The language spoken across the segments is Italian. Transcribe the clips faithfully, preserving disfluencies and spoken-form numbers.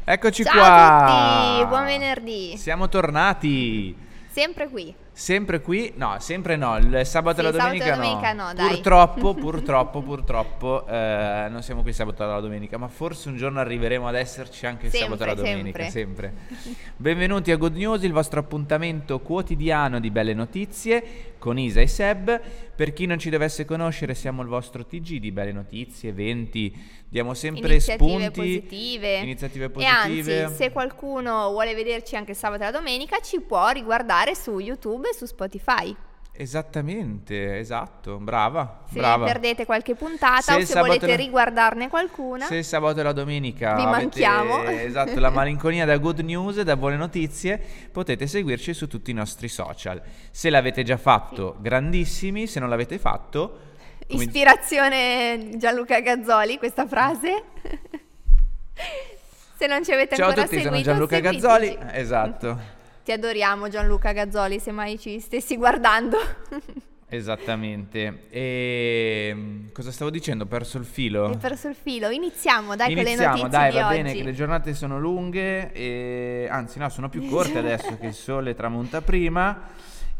Eccoci Ciao qua. a tutti, buon venerdì. Siamo tornati. Sempre qui. Sempre qui? No, sempre no. Il sabato Sì, e la domenica, sabato e la domenica no. no, dai. Purtroppo, purtroppo, purtroppo eh, non siamo qui sabato e la domenica, ma forse un giorno arriveremo ad esserci anche il Sempre, sabato e la domenica, sempre. sempre. Benvenuti a Good News, il vostro appuntamento quotidiano di belle notizie con Isa e Seb. Per chi non ci dovesse conoscere, siamo il vostro T G di belle notizie, eventi, diamo sempre Iniziative spunti, positive. iniziative E positive. anzi, se qualcuno vuole vederci anche sabato e la domenica, ci può riguardare su YouTube e su Spotify. Esattamente, esatto, brava, Se brava. perdete qualche puntata Se o il se sabato volete e la- riguardarne qualcuna, Se il sabato e la domenica Vi avete, manchiamo. esatto, la malinconia da Good News e da buone notizie, potete seguirci su tutti i nostri social. Se l'avete già fatto, grandissimi, se non l'avete fatto, come- ispirazione Gianluca Gazzoli, questa frase. Se non ci avete ciao a ancora tutti, sono seguito, Gianluca seguiteci. Gazzoli, esatto, Ti adoriamo Gianluca Gazzoli, se mai ci stessi guardando. esattamente. E cosa stavo dicendo? Ho perso il filo. Hai perso il filo. Iniziamo, dai, con le Iniziamo, notizie dai, di va oggi. bene che le giornate sono lunghe, e, anzi no, sono più corte adesso che il sole tramonta prima.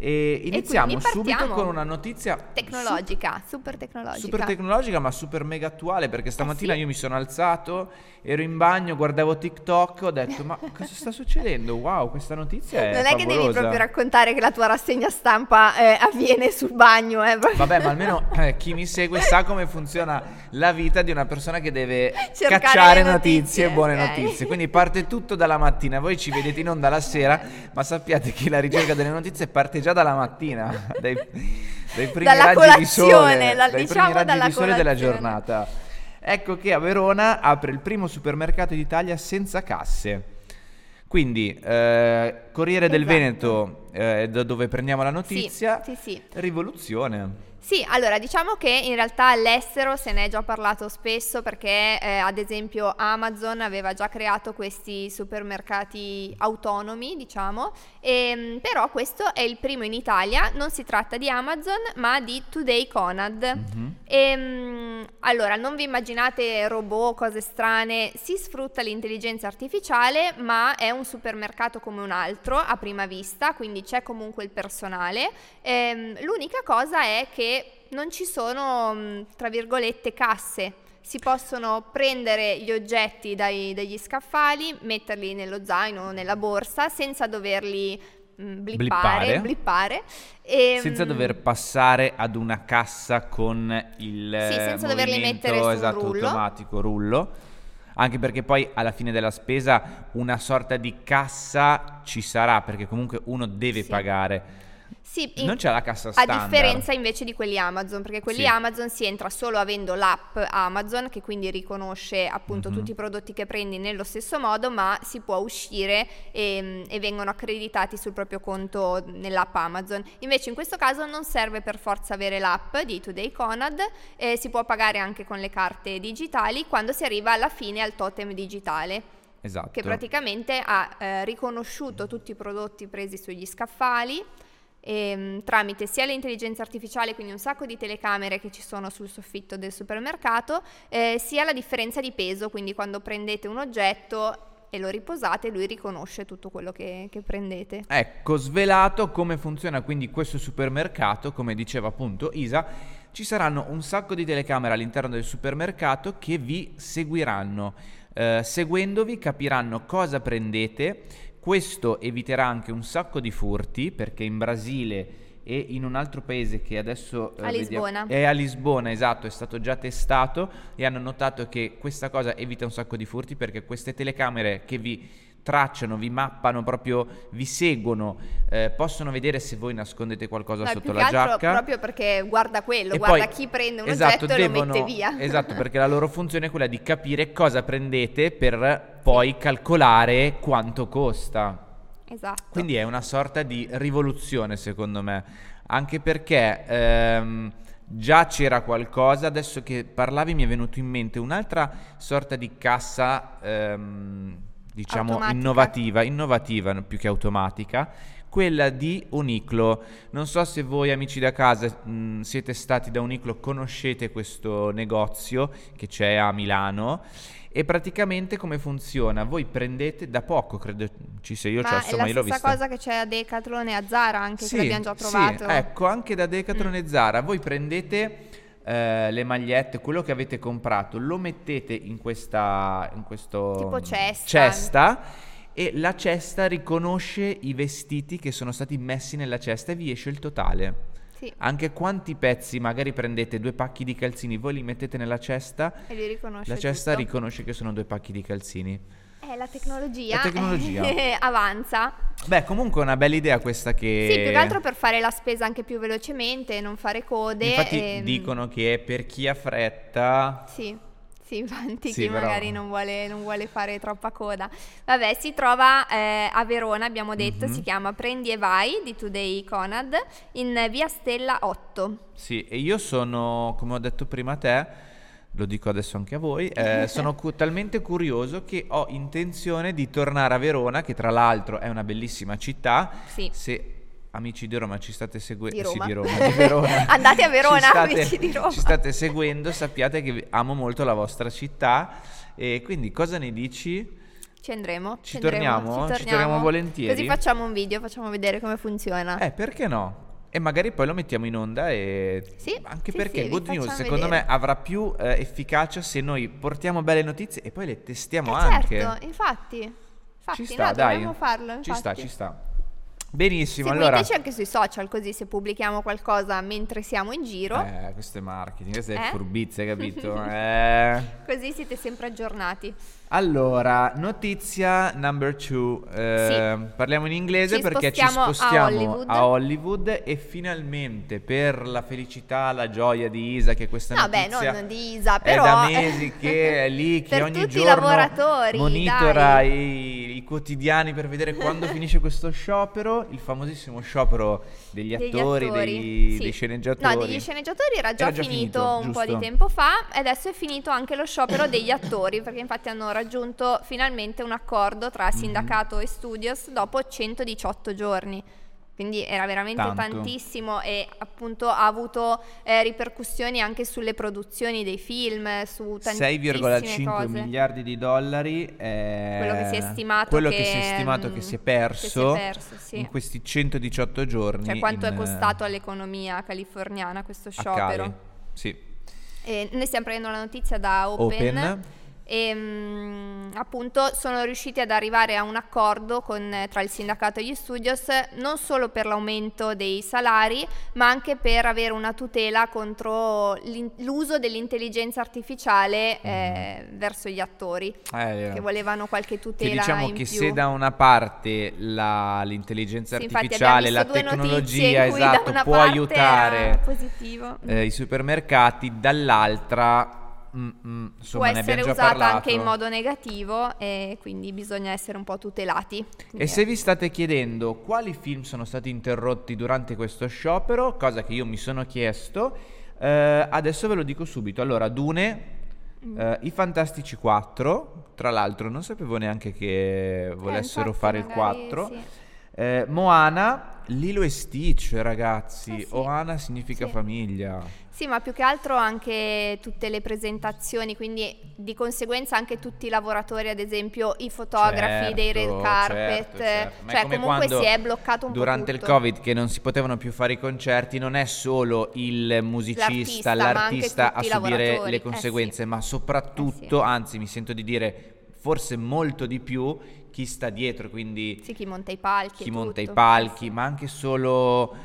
E iniziamo quindi subito partiamo. con una notizia Tecnologica, super tecnologica. super tecnologica, ma super mega attuale, perché stamattina Eh sì. io mi sono alzato, ero in bagno, guardavo TikTok, ho detto ma cosa sta succedendo? Wow, questa notizia è Non è che devi favolosa. proprio raccontare che la tua rassegna stampa eh, avviene sul bagno. Eh. Vabbè, ma almeno eh, chi mi segue sa come funziona la vita di una persona che deve Cercare cacciare le notizie, notizie, buone ok. notizie. Quindi parte tutto dalla mattina. Voi ci vedete in onda la sera, ma sappiate che la ricerca delle notizie parte già dalla mattina, dai, dai primi Dalla raggi di sole, colazione, la- dai diciamo primi raggi dalla di sole della colazione. giornata. Ecco che a Verona apre il primo supermercato d'Italia senza casse. Quindi, eh, Corriere del Esatto. Veneto, eh, da dove prendiamo la notizia, Sì, sì, sì. rivoluzione. Sì, allora diciamo che in realtà all'estero se ne è già parlato spesso perché eh, ad esempio Amazon aveva già creato questi supermercati autonomi, diciamo, e, però questo è il primo in Italia, non si tratta di Amazon ma di Today Conad. Mhm. E, mm, allora, non vi immaginate robot, cose strane, si sfrutta l'intelligenza artificiale, ma è un supermercato come un altro a prima vista, quindi c'è comunque il personale. Ehm, l'unica cosa è che non ci sono, mh, tra virgolette, casse. Si possono prendere gli oggetti dai, dagli scaffali, metterli nello zaino o nella borsa senza doverli mh, blippare, Blippare. blippare. E, Senza mh, dover passare ad una cassa con il Sì, eh, senza doverli movimento, mettere su un esatto, rullo. automatico, rullo. Anche perché poi alla fine della spesa una sorta di cassa ci sarà, perché comunque uno deve Sì. pagare. Sì, in- Non c'è la cassa a standard. differenza invece di quelli Amazon, perché quelli Sì. Amazon si entra solo avendo l'app Amazon, che quindi riconosce appunto Mhm. tutti i prodotti che prendi nello stesso modo, ma si può uscire e, e vengono accreditati sul proprio conto nell'app Amazon. Invece in questo caso non serve per forza avere l'app di Today Conad, eh, si può pagare anche con le carte digitali quando si arriva alla fine al totem digitale, Esatto. che praticamente ha eh, riconosciuto tutti i prodotti presi sugli scaffali ehm, tramite sia l'intelligenza artificiale, quindi un sacco di telecamere che ci sono sul soffitto del supermercato, eh, sia la differenza di peso, quindi quando prendete un oggetto e lo riposate lui riconosce tutto quello che, che prendete. Ecco, svelato come funziona quindi questo supermercato, come diceva appunto Isa, ci saranno un sacco di telecamere all'interno del supermercato che vi seguiranno. Eh, seguendovi capiranno cosa prendete. Questo eviterà anche un sacco di furti, perché in Brasile e in un altro paese che adesso eh, A Lisbona. vediamo- è a Lisbona, esatto, è stato già testato e hanno notato che questa cosa evita un sacco di furti, perché queste telecamere che vi tracciano, vi mappano, proprio vi seguono, eh, possono vedere se voi nascondete qualcosa No, sotto più la che altro giacca. proprio perché guarda quello, E guarda poi- chi prende un esatto, oggetto e devono- lo mette via. Esatto, perché la loro funzione è quella di capire cosa prendete per poi calcolare quanto costa. Esatto. Quindi è una sorta di rivoluzione, secondo me, anche perché ehm, già c'era qualcosa. Adesso che parlavi mi è venuto in mente un'altra sorta di cassa, ehm, diciamo Automatica. innovativa, innovativa più che automatica, quella di Uniclo. Non so se voi amici da casa mh, siete stati da Uniclo, conoscete questo negozio che c'è a Milano. E praticamente come funziona? Voi prendete, da poco credo ci sia, io Ma ci è adesso, la ma io l'ho stessa vista. cosa che c'è a Decathlon e a Zara anche, Sì, che l'abbiamo già sì, trovato. ecco, anche da Decathlon e Zara. Voi prendete eh, le magliette, quello che avete comprato, lo mettete in questa in questo Tipo cesta. cesta, e la cesta riconosce i vestiti che sono stati messi nella cesta e vi esce il totale. Sì, Anche quanti pezzi, magari prendete due pacchi di calzini, voi li mettete nella cesta, e li riconosce la cesta tutto. riconosce che sono due pacchi di calzini. Eh, la tecnologia, La tecnologia. eh, avanza. Beh, comunque è una bella idea questa che... Sì, più che altro per fare la spesa anche più velocemente, non fare code. Infatti e- dicono che per chi ha fretta... Sì, sì, infatti Sì, chi però- magari non vuole, non vuole fare troppa coda. Vabbè, si trova eh, a Verona, abbiamo detto, Mhm. si chiama Prendi e Vai di Today Conad, in via Stella otto. Sì, e io sono, come ho detto prima a te, lo dico adesso anche a voi, eh, sono cu- talmente curioso che ho intenzione di tornare a Verona, che tra l'altro è una bellissima città. Sì. Se amici di Roma ci state seguendo, Di Roma. sì, di Roma, di Verona. Andate a Verona, ci state, amici di Roma. Ci state seguendo, sappiate che amo molto la vostra città, e quindi cosa ne dici? Ci andremo. Ci andremo, torniamo? Ci torniamo volentieri? Così facciamo un video, facciamo vedere come funziona. Eh, perché no? E magari poi lo mettiamo in onda, e Sì, anche sì, perché sì, vi Good News facciamo secondo vedere. me avrà più eh, efficacia se noi portiamo belle notizie e poi le testiamo Eh, anche. certo, infatti. Infatti, Ci sta, no, dai. dovremmo farlo, Ci sta, infatti. ci sta. Benissimo, allora. Seguiteci anche sui social, così se pubblichiamo qualcosa mentre siamo in giro, Eh, questo è marketing, queste è Eh? furbizie, capito? eh. così siete sempre aggiornati. Allora, notizia number two. Eh, Parliamo in inglese Ci perché ci spostiamo a spostiamo Hollywood. a Hollywood, e finalmente, per la felicità, la gioia di Isa, che questa No, beh, notizia non di Isa, è però da mesi che è lì, che per ogni tutti i giorno lavoratori, monitora dai. i, i quotidiani per vedere quando finisce questo sciopero, il famosissimo sciopero degli degli attori, attori, dei, sì. dei sceneggiatori. No, degli sceneggiatori era già, Era già finito, finito, un po' giusto. di tempo fa, e adesso è finito anche lo sciopero degli attori, perché infatti hanno raggiunto finalmente un accordo tra Mhm. sindacato e studios dopo centodiciotto giorni. Quindi era veramente Tanto. tantissimo, e appunto ha avuto eh, ripercussioni anche sulle produzioni dei film, su sei tantissime virgola cinque cose. miliardi di dollari è Quello che si è stimato quello che, che si è stimato che si è perso, che si è perso, sì. in questi centodiciotto giorni. Cioè quanto in, è costato all'economia californiana questo a sciopero. Cali. Sì. E noi stiamo prendendo la notizia da Open, Open. e mm, appunto sono riusciti ad arrivare a un accordo con, tra il sindacato e gli studios, non solo per l'aumento dei salari, ma anche per avere una tutela contro l'in- l'uso dell'intelligenza artificiale eh, verso gli attori, Eh, che volevano qualche che tutela diciamo in che più. se da una parte la- l'intelligenza Sì, infatti abbiamo artificiale, la visto due notizie tecnologia, in cui da esatto, una può parte aiutare era positivo. eh, i supermercati, dall'altra mm, mm, Può insomma, ne essere abbiamo già usata parlato. anche in modo negativo, e quindi bisogna essere un po' tutelati. E se vi state chiedendo quali film sono stati interrotti durante questo sciopero, cosa che io mi sono chiesto, eh, adesso ve lo dico subito. Allora, Dune, Mm. eh, I Fantastici quattro, tra l'altro non sapevo neanche che volessero infatti, fare il magari quattro. sì. Eh, Moana, Lilo e Stitch, ragazzi. Eh sì. Oana significa Sì. famiglia. Sì, ma più che altro anche tutte le presentazioni, quindi di conseguenza anche tutti i lavoratori, ad esempio i fotografi dei red Certo, carpet, certo, certo. Ma è cioè come comunque quando si è bloccato un durante po' il tutto. Covid, che non si potevano più fare i concerti, non è solo il musicista, L'artista, ma anche l'artista a tutti i subire lavoratori. le Eh conseguenze, sì. ma soprattutto, Eh sì. anzi mi sento di dire forse molto di più, chi sta dietro, quindi Sì, chi monta i palchi. chi e monta i tutto. palchi, Eh sì. ma anche solo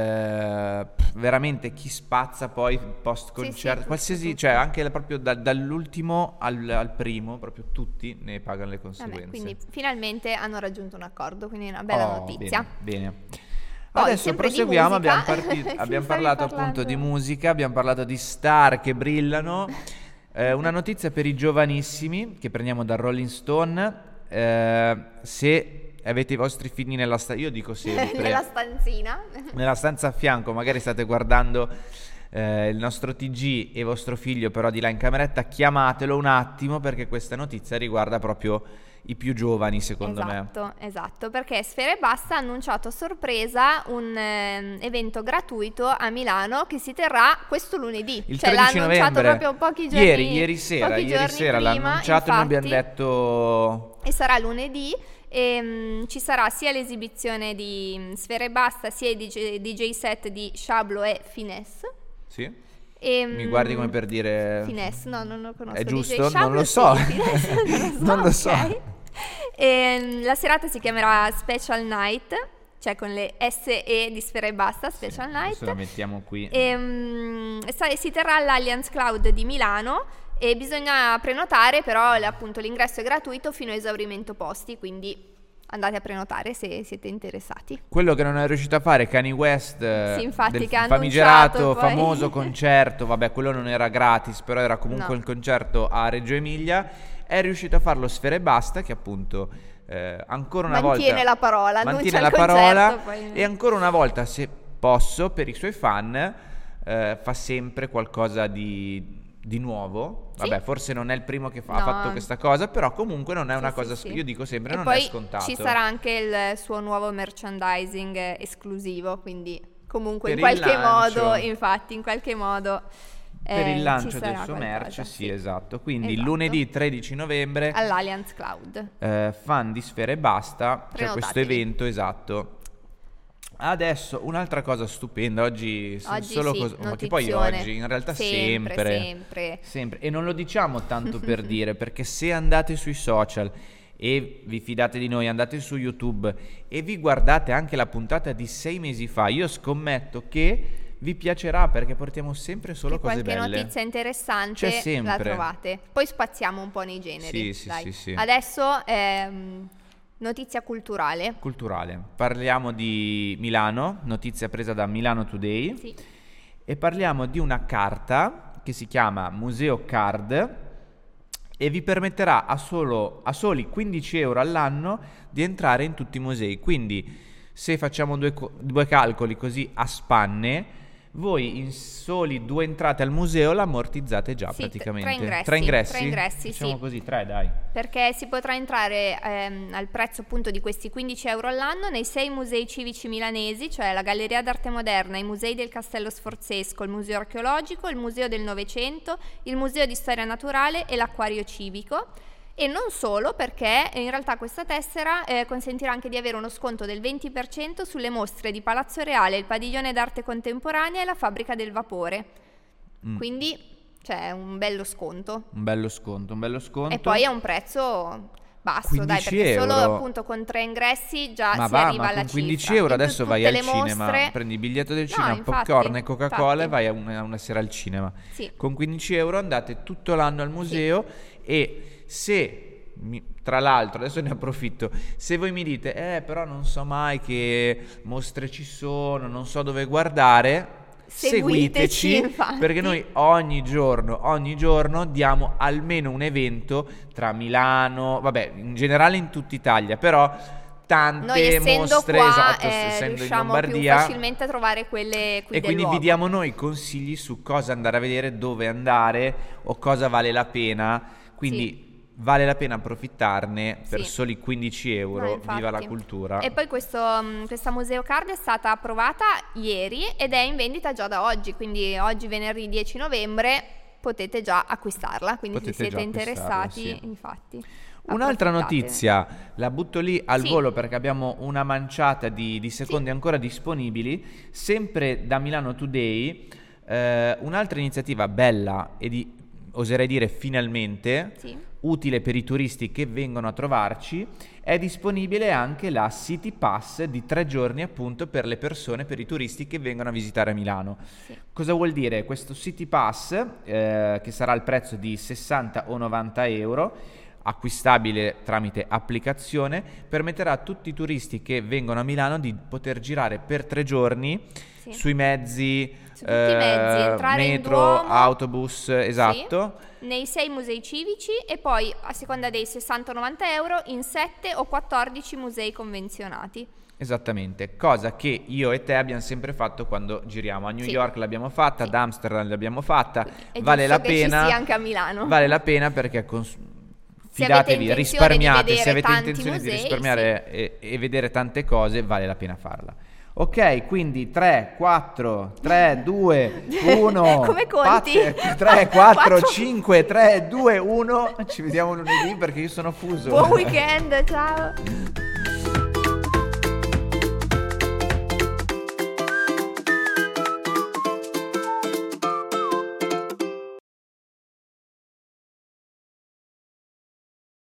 eh, pff, veramente chi spazza poi post concerto, Sì, sì, tutto, qualsiasi, tutto. cioè anche la- proprio da- dall'ultimo al, al primo, proprio tutti ne pagano le conseguenze. Vabbè, quindi finalmente hanno raggiunto un accordo, quindi una bella Oh, notizia. Bene, bene. Poi, Adesso sempre di proseguiamo, musica, abbiamo, parti- ci abbiamo stavi parlato appunto parlando. di musica, abbiamo parlato di star che brillano. Eh, una notizia per i giovanissimi che prendiamo da Rolling Stone. Eh, se avete i vostri figli nella stanza, io dico sempre, Nella stanzina. nella stanza a fianco, magari state guardando eh, il nostro T G e vostro figlio però di là in cameretta, chiamatelo un attimo perché questa notizia riguarda proprio i più giovani, secondo esatto, me. Esatto, perché Sfera Ebbasta ha annunciato a sorpresa un eh, evento gratuito a Milano che si terrà questo lunedì. Il cioè tredici l'ha annunciato novembre, proprio pochi giorni ieri, ieri sera, pochi ieri giorni sera l'ha prima, annunciato e noi abbiamo infatti, detto... E sarà lunedì. E, um, ci sarà sia l'esibizione di um, Sfera Ebbasta sia i D J, D J set di Shablo e Finesse. Sì? E, Mi guardi come per dire... Finesse, no, non lo conosco. È giusto? D J Shablo, non lo so. Sì, Finesse, non lo so. non lo so. Okay. E, la serata si chiamerà Special Night, cioè con le S E di Sfera Ebbasta, Special sì, Night. Adesso la mettiamo qui. E, um, si terrà all'Allianz Cloud di Milano e bisogna prenotare, però appunto l'ingresso è gratuito fino a esaurimento posti, quindi andate a prenotare se siete interessati. Quello che non è riuscito a fare Kanye West, sì, infatti, del che ha famigerato, poi... famoso concerto, vabbè, quello non era gratis, però era comunque no. il concerto a Reggio Emilia, è riuscito a farlo Sfera Ebbasta, che appunto eh, ancora una mantiene volta la parola, mantiene la concerto, parola poi... e ancora una volta, se posso, per i suoi fan eh, fa sempre qualcosa di di nuovo, sì? Vabbè, forse non è il primo che fa, no. ha fatto questa cosa, però comunque non è sì, una cosa, sì, io dico sempre, e non poi è scontato. Ci sarà anche il suo nuovo merchandising esclusivo, quindi comunque per in qualche lancio, modo, infatti, in qualche modo per eh, il lancio del suo suo merch, sì, sì, esatto. Quindi esatto. lunedì tredici novembre all'Allianz Cloud. Eh, fan di Sfera Ebbasta, c'è questo evento, esatto. Adesso un'altra cosa stupenda, oggi, oggi solo sì, cos- ma che poi oggi in realtà sempre sempre, sempre sempre e non lo diciamo tanto per dire, perché se andate sui social e vi fidate di noi, andate su YouTube e vi guardate anche la puntata di sei mesi fa, io scommetto che vi piacerà perché portiamo sempre solo che cose qualche belle. Notizia interessante C'è sempre. La trovate. Poi spaziamo un po' nei generi. Sì, sì, dai. sì, sì. Adesso ehm, notizia culturale. Culturale. Parliamo di Milano, notizia presa da Milano Today. Sì. E parliamo di una carta che si chiama Museo Card e vi permetterà a, solo, a soli quindici euro all'anno di entrare in tutti i musei. Quindi se facciamo due, due calcoli così a spanne, voi in soli due entrate al museo l'ammortizzate già, sì, praticamente. Tre ingressi. Tre ingressi? Tre ingressi, diciamo sì. così, tre dai. Perché si potrà entrare ehm, al prezzo appunto di questi quindici euro all'anno nei sei musei civici milanesi, cioè la Galleria d'Arte Moderna, i musei del Castello Sforzesco, il Museo Archeologico, il Museo del Novecento, il Museo di Storia Naturale e l'Acquario Civico. E non solo, perché in realtà questa tessera eh, consentirà anche di avere uno sconto del venti per cento sulle mostre di Palazzo Reale, il Padiglione d'Arte Contemporanea e la Fabbrica del Vapore. Mm. Quindi c'è un bello sconto. Un bello sconto, un bello sconto. E poi è un prezzo basso, dai, perché euro. Solo appunto con tre ingressi già ma si va, arriva ma alla con quindici cifra. euro In adesso tu- vai al mostre... cinema, prendi il biglietto del no, cinema, infatti, popcorn e Coca-Cola infatti. e vai a una, una sera al cinema. Sì. Con quindici euro andate tutto l'anno al museo sì. E se... Tra l'altro, adesso ne approfitto, se voi mi dite eh però non so mai che mostre ci sono, non so dove guardare, seguiteci, seguiteci perché noi ogni giorno ogni giorno diamo almeno un evento tra Milano, vabbè, in generale in tutta Italia, però tante noi essendo mostre, qua, esatto, eh, essendo riusciamo in Lombardia più facilmente a trovare quelle qui e del quindi luogo. vi diamo noi consigli su cosa andare a vedere, dove andare o cosa vale la pena, quindi sì. Vale la pena approfittarne per sì. soli quindici euro, no, viva la cultura. E poi questo, questa Museo Card è stata approvata ieri ed è in vendita già da oggi, quindi oggi venerdì dieci novembre potete già acquistarla, quindi potete se siete interessati, sì. infatti. Un'altra notizia, la butto lì al sì. volo perché abbiamo una manciata di, di secondi sì. ancora disponibili, sempre da Milano Today, eh, un'altra iniziativa bella e di, oserei dire finalmente, sì. utile per i turisti che vengono a trovarci, è disponibile anche la City Pass di tre giorni appunto per le persone, per i turisti che vengono a visitare Milano. Sì. Cosa vuol dire? Questo City Pass, eh, che sarà il prezzo di sessanta o novanta euro, acquistabile tramite applicazione, permetterà a tutti i turisti che vengono a Milano di poter girare per tre giorni sì. sui mezzi, su tutti eh, i mezzi, entrare metro, in Duomo, autobus, esatto. Sì, nei sei musei civici e poi a seconda dei sessanta novanta euro in sette o quattordici musei convenzionati. Esattamente, cosa che io e te abbiamo sempre fatto quando giriamo. A New sì. York l'abbiamo fatta, sì. ad Amsterdam l'abbiamo fatta, è vale la che pena. Ci sia anche a Milano. Vale la pena perché cons- fidatevi, risparmiate, se avete intenzione musei, di risparmiare sì. e, e vedere tante cose, vale la pena farla. Ok, quindi tre, quattro, tre, due, uno. Come conti? tre, quattro, cinque, tre, due, uno. Ci vediamo lunedì perché io sono fuso. Buon weekend, ciao.